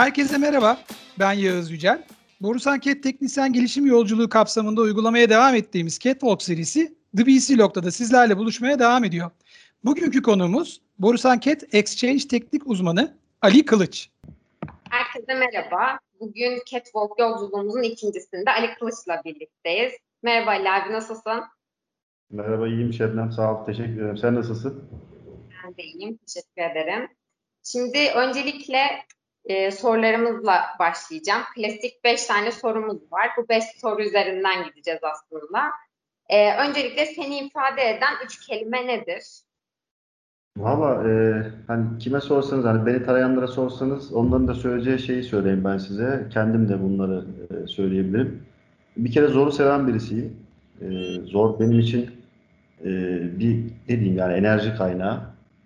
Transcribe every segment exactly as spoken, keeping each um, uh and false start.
Herkese merhaba, ben Yağız Yücel. Borusan Cat Teknisyen Gelişim Yolculuğu kapsamında uygulamaya devam ettiğimiz Catwalk serisi The B C Log'da da sizlerle buluşmaya devam ediyor. Bugünkü konuğumuz Borusan Cat Exchange Teknik Uzmanı Ali Kılıç. Herkese merhaba. Bugün Catwalk yolculuğumuzun ikincisinde Ali Kılıç'la birlikteyiz. Merhaba Ali abi, nasılsın? Merhaba, iyiyim Şebnem. Sağ ol, teşekkür ederim. Sen nasılsın? Ben de iyiyim, teşekkür ederim. Şimdi öncelikle e, sorularımızla başlayacağım. Klasik beş tane sorumuz var. Bu beş soru üzerinden gideceğiz aslında. E, öncelikle seni ifade eden üç kelime nedir? Valla e, hani kime sorsanız, hani beni tarayanlara sorsanız onların da söyleyeceği şeyi söyleyeyim ben size. Kendim de bunları e, söyleyebilirim. Bir kere zoru seven birisiyim. E, zor benim için e, bir dediğim yani enerji kaynağı.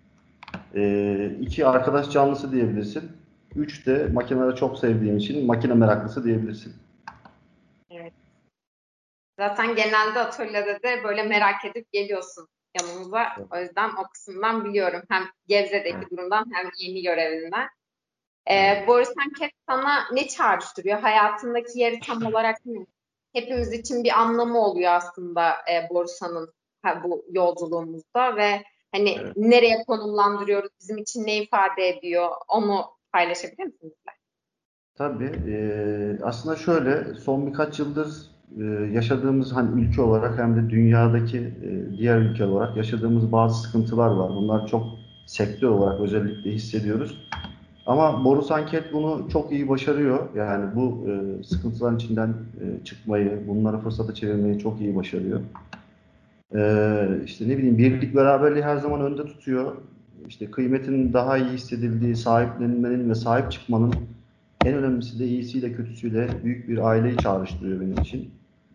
E, iki arkadaş canlısı diyebilirsin. Üç de makineleri çok sevdiğim için makine meraklısı diyebilirsin. Evet. Zaten genelde atölyede de böyle merak edip geliyorsun yanımıza. O yüzden o kısımdan biliyorum. Hem Gebze'deki durumdan hem yeni görevinden. Ee, Borusan Cat sana ne çağrıştırıyor? Hayatındaki yeri tam olarak ne? Hepimiz için bir anlamı oluyor aslında e, Borusan'ın bu yolculuğumuzda ve hani Evet. nereye konumlandırıyoruz, bizim için ne ifade ediyor, onu paylaşabilir misiniz? Tabii. E, aslında şöyle, son birkaç yıldır e, yaşadığımız hani ülke olarak hem de dünyadaki e, diğer ülke olarak yaşadığımız bazı sıkıntılar var. Bunlar çok sektör olarak özellikle hissediyoruz. Ama Borusan Cat bunu çok iyi başarıyor. Yani bu e, sıkıntıların içinden e, çıkmayı, bunları fırsata çevirmeyi çok iyi başarıyor. E, işte ne bileyim birlik beraberliği her zaman önde tutuyor. İşte kıymetin daha iyi hissedildiği, sahiplenmenin ve sahip çıkmanın en önemlisi de iyisiyle kötüsüyle büyük bir aileyi çağrıştırıyor benim için.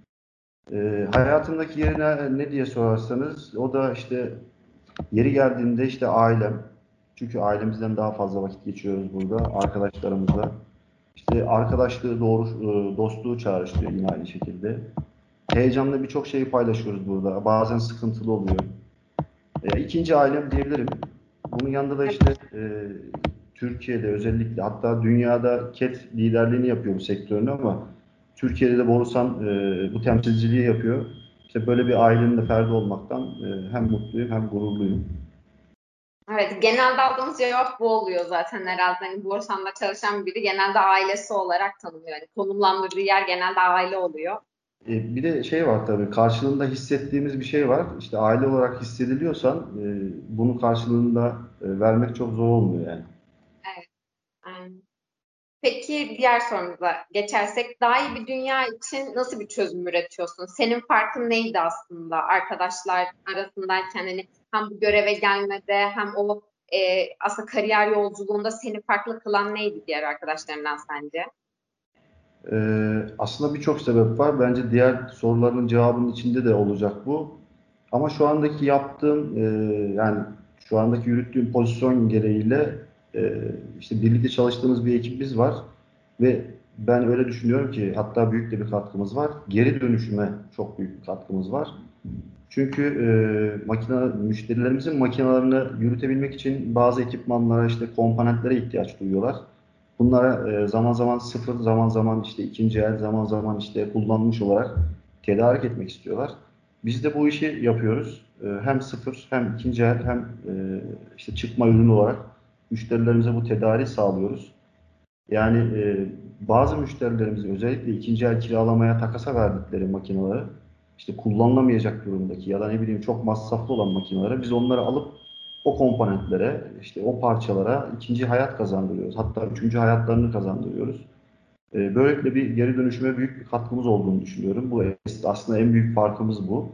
E, hayatımdaki yerine ne diye sorarsanız o da işte yeri geldiğinde işte ailem. Çünkü ailemizden daha fazla vakit geçiyoruz burada arkadaşlarımızla. İşte arkadaşlığı, doğru, e, dostluğu çağrıştırıyor yine aynı şekilde. Heyecanla birçok şeyi paylaşıyoruz burada. Bazen sıkıntılı oluyor. E, ikinci ailem diyebilirim. Bunun yanında da işte e, Türkiye'de özellikle hatta dünyada Cat liderliğini yapıyor bu sektörün ama Türkiye'de de Borusan e, bu temsilciliği yapıyor. İşte böyle bir ailenin de ferdi olmaktan e, hem mutluyum hem gururluyum. Evet, genelde aldığımız cevap bu oluyor zaten herhalde. Hani Borusan'da çalışan biri genelde ailesi olarak tanımlıyor. Yani konumlandırdığı yer genelde aile oluyor. E, bir de şey var tabii, karşılığında hissettiğimiz bir şey var. İşte aile olarak hissediliyorsan e, bunu karşılığında e, vermek çok zor olmuyor yani. Evet. Aynen. Peki diğer sorumuza geçersek, daha iyi bir dünya için nasıl bir çözüm üretiyorsun? Senin farkın neydi aslında arkadaşlar arasındayken, hani hem bu göreve gelmede hem o e, aslında kariyer yolculuğunda seni farklı kılan neydi diğer arkadaşlarından sence? E, aslında birçok sebep var. Bence diğer soruların cevabının içinde de olacak bu. Ama şu andaki yaptığım e, yani şu andaki yürüttüğüm pozisyon gereğiyle e, işte birlikte çalıştığımız bir ekibimiz var ve ben öyle düşünüyorum ki hatta büyük de bir katkımız var. Geri dönüşüme çok büyük bir katkımız var. Çünkü e, makine, müşterilerimizin makinalarını yürütebilmek için bazı ekipmanlara, işte komponentlere ihtiyaç duyuyorlar. Bunlara e, zaman zaman sıfır, zaman zaman işte ikinci el, zaman zaman işte kullanılmış olarak tedarik etmek istiyorlar. Biz de bu işi yapıyoruz. E, hem sıfır, hem ikinci el, hem e, işte çıkma ürün olarak müşterilerimize bu tedariği sağlıyoruz. Yani e, bazı müşterilerimiz özellikle ikinci el kiralamaya, takasa verdikleri makineleri, işte kullanılamayacak durumdaki ya da ne bileyim çok masraflı olan makineleri biz onları alıp o komponentlere, işte o parçalara ikinci hayat kazandırıyoruz. Hatta üçüncü hayatlarını kazandırıyoruz. E, böylelikle bir geri dönüşüme büyük bir katkımız olduğunu düşünüyorum. Bu aslında en büyük farkımız bu.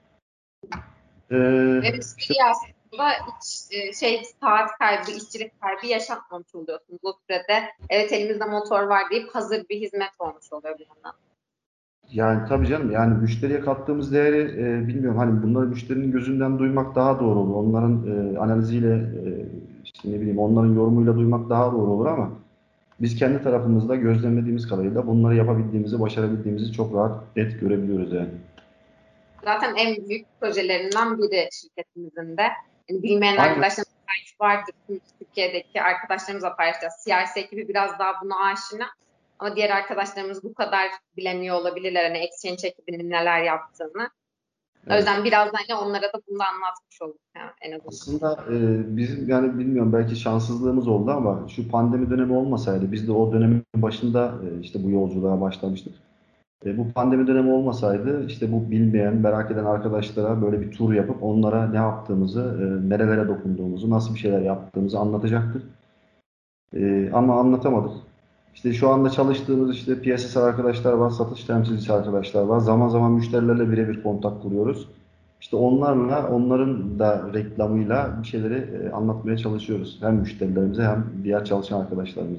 E, Ve işte müşteriye aslında hiç e, şey saat kaybı, işçilik kaybı yaşatmamış oluyorsunuz o sürede. Evet, elimizde motor var deyip hazır bir hizmet olmuş oluyor bir yandan. Yani tabii canım, yani müşteriye kattığımız değeri e, bilmiyorum, hani bunları müşterinin gözünden duymak daha doğru olur. Onların e, analiziyle e, işte ne bileyim onların yorumuyla duymak daha doğru olur ama biz kendi tarafımızda gözlemlediğimiz kadarıyla bunları yapabildiğimizi, başarabildiğimizi çok rahat net görebiliyoruz yani. Zaten en büyük projelerinden biri şirketimizin de. Yani bilmeyen Aynen. arkadaşlar belki vardır Türkiye'deki arkadaşlarımızla paylaşacağız. C R C ekibi biraz daha buna aşina. Ama diğer arkadaşlarımız bu kadar bilemiyor olabilirler. Hani Exchange ekibinin neler yaptığını. O Evet. yüzden biraz da hani onlara da bunu anlatmış olduk yani en azından. Aslında e, bizim yani bilmiyorum belki şanssızlığımız oldu ama şu pandemi dönemi olmasaydı biz de o dönemin başında e, işte bu yolculuğa başlamıştık. E, bu pandemi dönemi olmasaydı işte bu bilmeyen, merak eden arkadaşlara böyle bir tur yapıp onlara ne yaptığımızı, e, nerelere dokunduğumuzu, nasıl bir şeyler yaptığımızı anlatacaktık. E, ama anlatamadık. İşte şu anda çalıştığımız işte P S S arkadaşlar var, satış temsilcisi arkadaşlar var. Zaman zaman müşterilerle birebir kontak kuruyoruz. İşte onlarla, onların da reklamıyla bir şeyleri e, anlatmaya çalışıyoruz. Hem müşterilerimize hem diğer çalışan arkadaşlarımıza.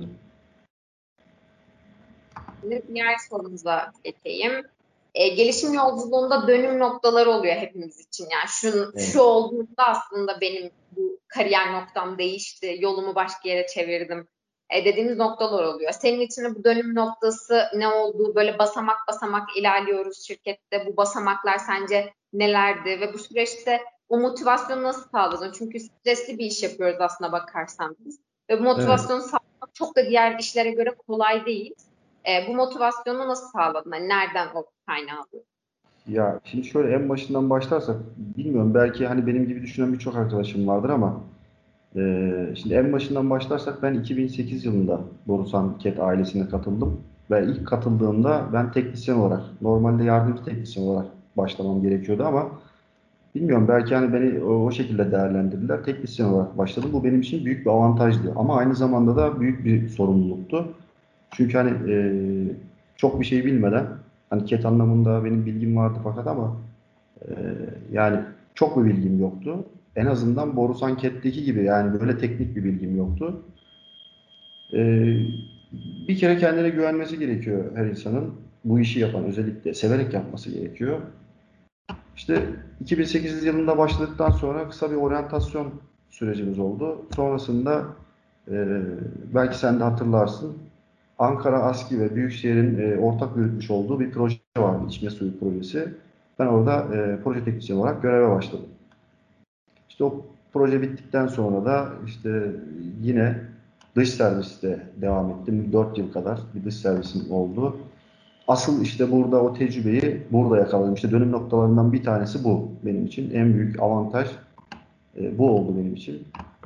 Şimdi diğer sorumuza geçeyim. E, gelişim yolculuğunda dönüm noktaları oluyor hepimiz için. Yani şu, Evet. şu olduğunda aslında benim bu kariyer noktam değişti, yolumu başka yere çevirdim e, dediğimiz noktalar oluyor. Senin için de bu dönüm noktası ne olduğu, böyle basamak basamak ilerliyoruz şirkette. Bu basamaklar sence nelerdi ve bu süreçte o motivasyonu nasıl sağladın? Çünkü stresli bir iş yapıyoruz aslında bakarsan biz. Ve bu Evet. motivasyonu sağlamak çok da diğer işlere göre kolay değil. E, bu motivasyonu nasıl sağladın? Hani nereden o kaynağı alıyor? Ya şimdi şöyle en başından başlarsak bilmiyorum belki hani benim gibi düşünen birçok arkadaşım vardır ama e, şimdi en başından başlarsak ben iki bin sekiz yılında Borusan Ket ailesine katıldım ve ilk katıldığımda ben teknisyen olarak normalde yardımcı teknisyen olarak başlamam gerekiyordu ama bilmiyorum belki hani beni o, o şekilde değerlendirdiler. Teknisyen olarak başladım. Bu benim için büyük bir avantajdı ama aynı zamanda da büyük bir sorumluluktu. Çünkü hani e, çok bir şey bilmeden hani ket anlamında benim bilgim vardı fakat ama e, yani çok bir bilgim yoktu. En azından Borusan Ket'teki gibi yani böyle teknik bir bilgim yoktu. E, Bir kere kendine güvenmesi gerekiyor her insanın. Bu işi yapan özellikle severek yapması gerekiyor. İşte iki bin sekiz yılında başladıktan sonra kısa bir oryantasyon sürecimiz oldu. Sonrasında e, belki sen de hatırlarsın. Ankara ASKİ ve Büyükşehir'in e, ortak yürütmüş olduğu bir proje vardı. İçme suyu projesi. Ben orada e, proje teknisyeni olarak göreve başladım. İşte o proje bittikten sonra da işte yine dış serviste devam ettim. dört yıl kadar bir dış servisim oldu. Asıl işte burada o tecrübeyi burada yakaladım. İşte dönüm noktalarından bir tanesi bu benim için. En büyük avantaj e, bu oldu benim için.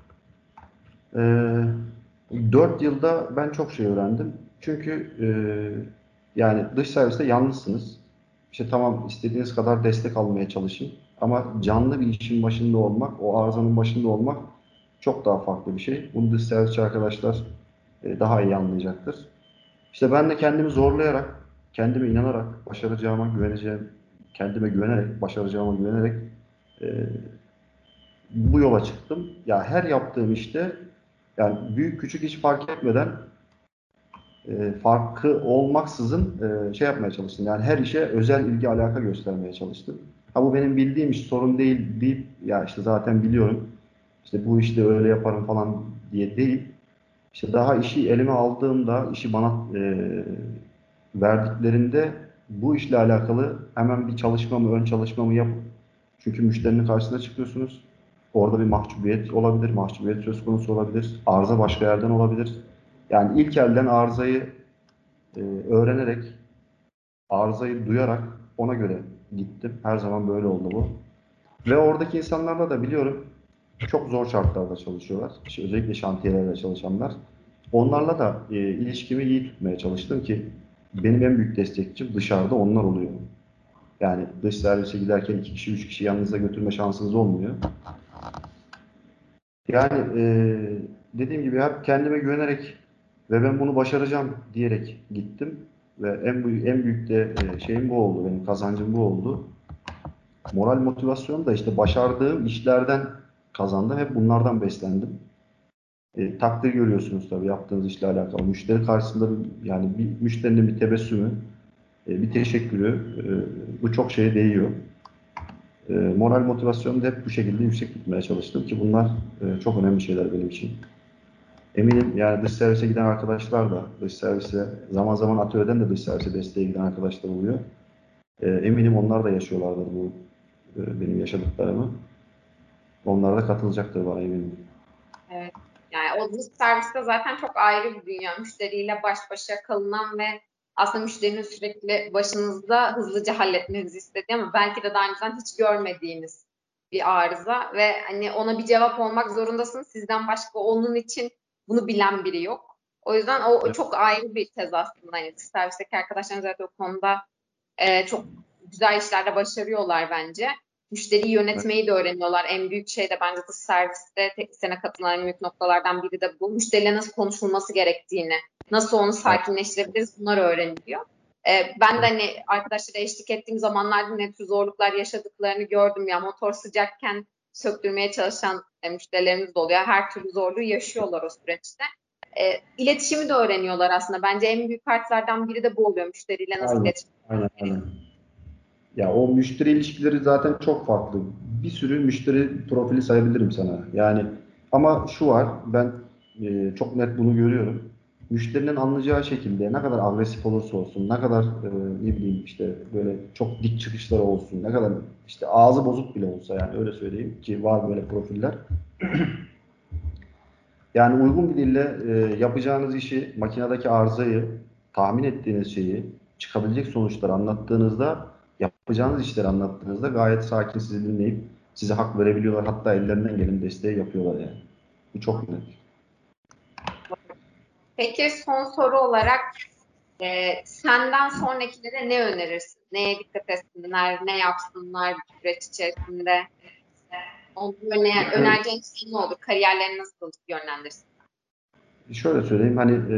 E, dört yılda ben çok şey öğrendim. Çünkü e, yani dış serviste yalnızsınız. İşte tamam istediğiniz kadar destek almaya çalışın. Ama canlı bir işin başında olmak, o arızanın başında olmak çok daha farklı bir şey. Bunu dış servisçi arkadaşlar e, daha iyi anlayacaktır. İşte ben de kendimi zorlayarak, kendime inanarak, başaracağıma güveneceğim, kendime güvenerek, başaracağıma güvenerek e, bu yola çıktım. Ya her yaptığım işte yani büyük küçük hiç fark etmeden e, farkı olmaksızın e, şey yapmaya çalıştım. Yani her işe özel ilgi alaka göstermeye çalıştım. Ha bu benim bildiğim iş sorun değil deyip ya işte zaten biliyorum işte bu işte öyle yaparım falan diye değil. İşte daha işi elime aldığımda, işi bana e, verdiklerinde bu işle alakalı hemen bir çalışmamı, ön çalışmamı yapıp çünkü müşterinin karşısına çıkıyorsunuz. Orada bir mahcubiyet olabilir, mahcubiyet söz konusu olabilir. Arıza başka yerden olabilir. Yani ilk elden arızayı e, öğrenerek, arızayı duyarak ona göre gittim. Her zaman böyle oldu bu. Ve oradaki insanlarla da biliyorum çok zor şartlarda çalışıyorlar. İşte özellikle şantiyelerde çalışanlar. Onlarla da e, ilişkimi iyi tutmaya çalıştım ki benim en büyük destekçim dışarıda onlar oluyor. Yani dış servise giderken iki kişi, üç kişi yanınıza götürme şansınız olmuyor. Yani e, dediğim gibi hep kendime güvenerek ve ben bunu başaracağım diyerek gittim. Ve en büyük, en büyük de e, şeyim bu oldu, benim kazancım bu oldu. Moral motivasyon da işte başardığım işlerden kazandım. Hep bunlardan beslendim. E, takdir görüyorsunuz tabii yaptığınız işle alakalı. Müşteri karşısında bir, yani bir müşterinin bir tebessümü, e, bir teşekkürü, e, bu çok şeye değiyor. E, moral motivasyonu da hep bu şekilde yüksek tutmaya çalıştım ki bunlar e, çok önemli şeyler benim için. Eminim yani dış servise giden arkadaşlar da dış servise zaman zaman atölyeden de dış servise desteğe giden arkadaşlar oluyor. E, eminim onlar da yaşıyorlardır bu e, benim yaşadıklarımı. Onlar da katılacaktır bana eminim. Evet. Yani o dış serviste zaten çok ayrı bir dünya. Müşteriyle baş başa kalınan ve aslında müşterinin sürekli başınızda hızlıca halletmenizi istediği ama belki de daha önceden hiç görmediğiniz bir arıza ve hani ona bir cevap olmak zorundasınız. Sizden başka onun için bunu bilen biri yok. O yüzden o, o Evet. çok ayrı bir tez aslında. Yani dış servisteki arkadaşlarım zaten o konuda e, çok güzel işlerde başarıyorlar bence. Müşteriyi yönetmeyi de öğreniyorlar. En büyük şey de bence dış serviste teknisyene katılan en büyük noktalardan biri de bu. Müşteriyle nasıl konuşulması gerektiğini, nasıl onu Evet. sakinleştirebiliriz bunlar öğreniliyor. Ee, ben de hani arkadaşlara eşlik ettiğim zamanlarda ne tür zorluklar yaşadıklarını gördüm. Ya motor sıcakken söktürmeye çalışan e, müşterilerimiz de oluyor. Her türlü zorluğu yaşıyorlar o süreçte. E, iletişimi de öğreniyorlar aslında. Bence en büyük harflerden biri de bu oluyor. Müşteriyle nasıl Aynen, iletişim. aynen, aynen. Ya o müşteri ilişkileri zaten çok farklı. Bir sürü müşteri profili sayabilirim sana. Yani ama şu var, ben e, çok net bunu görüyorum. Müşterinin anlayacağı şekilde ne kadar agresif olursa olsun, ne kadar e, ne bileyim işte böyle çok dik çıkışları olsun, ne kadar işte ağzı bozuk bile olsa yani öyle söyleyeyim ki var böyle profiller. Yani uygun bir dille e, yapacağınız işi, makinedeki arızayı, tahmin ettiğiniz şeyi, çıkabilecek sonuçları anlattığınızda, yapacağınız işleri anlattığınızda gayet sakin sizi dinleyip size hak verebiliyorlar. Hatta ellerinden gelen desteği yapıyorlar yani. Bu çok net. Peki son soru olarak e, senden sonrakilere ne önerirsin? Neye dikkat etsinler, ne yapsınlar bu süreç içerisinde? Onun öne, önereceğin şey ne olur? Kariyerlerini nasıl yönlendirsin? Şöyle söyleyeyim hani e,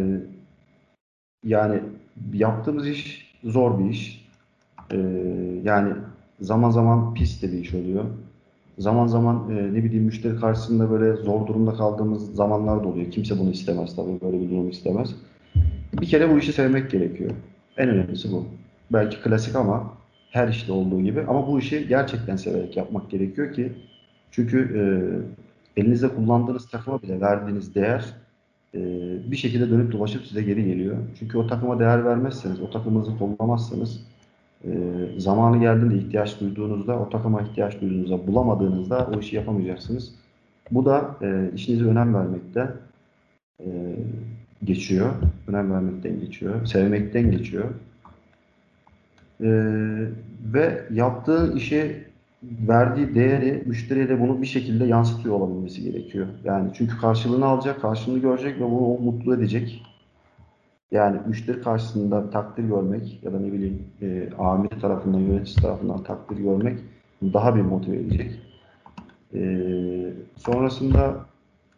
yani yaptığımız iş zor bir iş. E, yani zaman zaman pis de bir iş oluyor. Zaman zaman e, ne bileyim müşteri karşısında böyle zor durumda kaldığımız zamanlar da oluyor. Kimse bunu istemez tabii, böyle bir durum istemez. Bir kere bu işi sevmek gerekiyor. En önemlisi bu. Belki klasik ama her işte olduğu gibi. Ama bu işi gerçekten severek yapmak gerekiyor ki çünkü e, elinizde kullandığınız takıma bile verdiğiniz değer e, bir şekilde dönüp dolaşıp size geri geliyor. Çünkü o takıma değer vermezseniz, o takımınızı kollamazsanız e, zamanı geldiğinde ihtiyaç duyduğunuzda, o takıma ihtiyaç duyduğunuzda, bulamadığınızda o işi yapamayacaksınız. Bu da e, işinize önem vermekte e, geçiyor. Önem vermekten geçiyor. Sevmekten geçiyor. E, ve yaptığı işe verdiği değeri müşteriye de bunu bir şekilde yansıtıyor olabilmesi gerekiyor. Yani çünkü karşılığını alacak, karşılığını görecek ve bunu o mutlu edecek. Yani müşteri karşısında takdir görmek ya da ne bileyim e, amir tarafından, yönetici tarafından takdir görmek daha bir motive edecek. E, sonrasında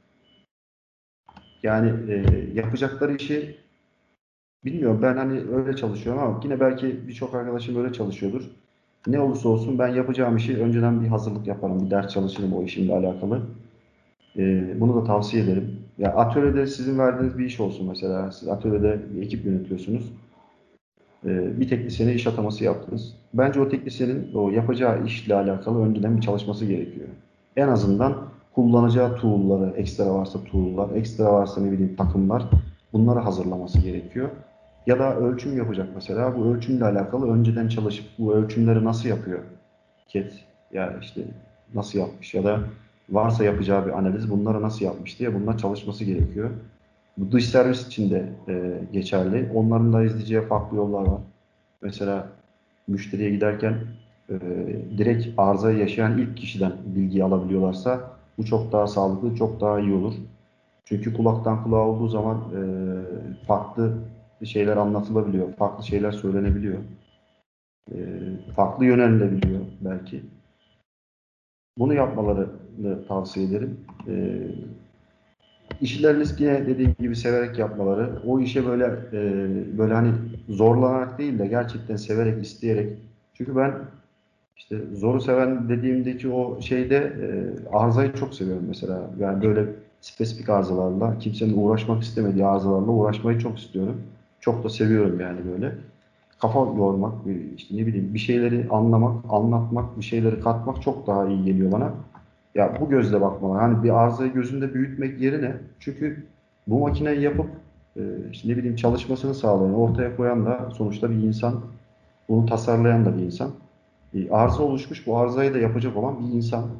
yani e, yapacakları işi bilmiyorum, ben hani öyle çalışıyorum ama yine belki birçok arkadaşım öyle çalışıyordur. Ne olursa olsun ben yapacağım işi önceden bir hazırlık yaparım, bir ders çalışırım o işimle alakalı. Ee, bunu da tavsiye ederim. Ya atölyede sizin verdiğiniz bir iş olsun mesela. Siz atölyede bir ekip yönetiyorsunuz. Ee, bir teknisyene iş ataması yaptınız. Bence o teknisyenin o yapacağı işle alakalı önceden bir çalışması gerekiyor. En azından kullanacağı tool'ları, ekstra varsa tool'lar, ekstra varsa ne bileyim takımlar, bunları hazırlaması gerekiyor. Ya da ölçüm yapacak mesela. Bu ölçümle alakalı önceden çalışıp bu ölçümleri nasıl yapıyor? Ket yani işte nasıl yapmış ya da varsa yapacağı bir analiz bunları nasıl yapmış diye bunlar çalışması gerekiyor. Bu dış servis için de e, geçerli. Onların da izleyeceği farklı yollar var. Mesela müşteriye giderken e, direkt arızayı yaşayan ilk kişiden bilgi alabiliyorlarsa bu çok daha sağlıklı, çok daha iyi olur. Çünkü kulaktan kulağa olduğu zaman e, farklı şeyler anlatılabiliyor, farklı şeyler söylenebiliyor, e, farklı yönelilebiliyor belki. Bunu yapmalarını tavsiye ederim. E, İşlerini yine dediğim gibi severek yapmaları, o işe böyle e, böyle hani zorlanarak değil de gerçekten severek, isteyerek. Çünkü ben işte zoru seven dediğimdeki o şeyde e, arızayı çok seviyorum mesela. Yani böyle spesifik arızalarla, kimsenin uğraşmak istemediği arızalarla uğraşmayı çok istiyorum. Çok da seviyorum yani böyle. Kafa yormak, bir- işte ne bileyim bir şeyleri anlamak, anlatmak, bir şeyleri katmak çok daha iyi geliyor bana. Ya bu gözle bakmalı. Hani bir arızayı gözünde büyütmek yerine çünkü bu makineyi yapıp e, işte ne bileyim çalışmasını sağlayan, ortaya koyan da sonuçta bir insan, bunu tasarlayan da bir insan. E, arıza oluşmuş, bu arızayı da yapacak olan bir insan.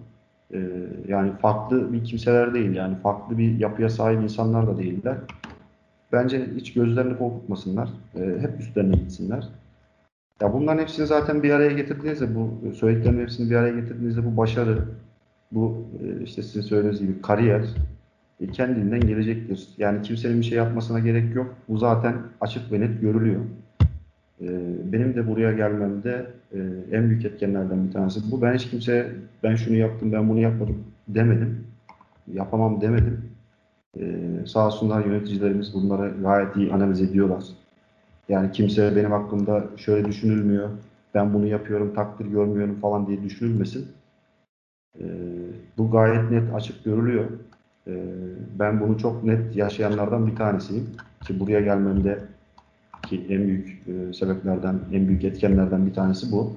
Ee, yani farklı bir kimseler değil, yani farklı bir yapıya sahip insanlar da değiller. Bence hiç gözlerini korkutmasınlar. Ee, hep üstlerine gitsinler. Ya bunların hepsini zaten bir araya getirdiğinizde, bu söylediklerin hepsini bir araya getirdiğinizde bu başarı, bu e, işte sizin söylediğiniz gibi kariyer e, kendiliğinden gelecektir. Yani kimsenin bir şey yapmasına gerek yok. Bu zaten açık ve net görülüyor. E, benim de buraya gelmemde e, en büyük etkenlerden bir tanesi bu. Ben hiç kimseye ben şunu yaptım, ben bunu yapmadım demedim. Yapamam demedim. E, sağ olsunlar yöneticilerimiz bunları gayet iyi analiz ediyorlar. Yani kimse benim hakkımda şöyle düşünülmüyor, ben bunu yapıyorum, takdir görmüyorum falan diye düşünülmesin. Ee, bu gayet net, açık görülüyor. Ee, ben bunu çok net yaşayanlardan bir tanesiyim. Ki buraya gelmemde ki en büyük e, sebeplerden, en büyük etkenlerden bir tanesi bu.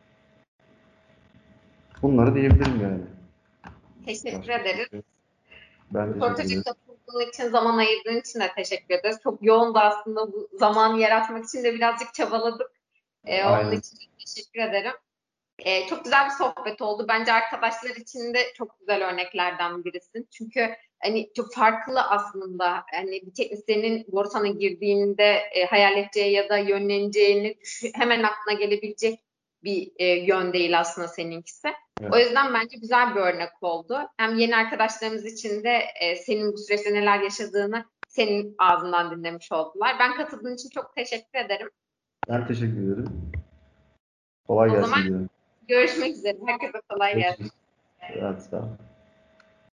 Bunları diyebilirim yani. Teşekkür Başka bir ederiz. şey. Ben teşekkür Röportaja ederim. katıldığın için, zaman ayırdığın için de teşekkür ederiz. Çok yoğun da aslında bu zamanı yaratmak için de birazcık çabaladık. Ee, onun Aynen. için de teşekkür ederim. Ee, çok güzel bir sohbet oldu. Bence arkadaşlar için de çok güzel örneklerden birisin. Çünkü hani çok farklı aslında. Hani bir teknisyenin Borusan'a girdiğinde e, hayal edeceği ya da yönleneceğini düşün, hemen aklına gelebilecek bir e, yön değil aslında seninkisi. O Evet. yüzden bence güzel bir örnek oldu. Hem yeni arkadaşlarımız için de e, senin bu süreçte neler yaşadığını senin ağzından dinlemiş oldular. Ben katıldığın için çok teşekkür ederim. Ben teşekkür ederim. Kolay O zaman gelsin diyorum. görüşmek üzere. Herkese kolay gelsin. Görüşürüz. Evet, sağ ol.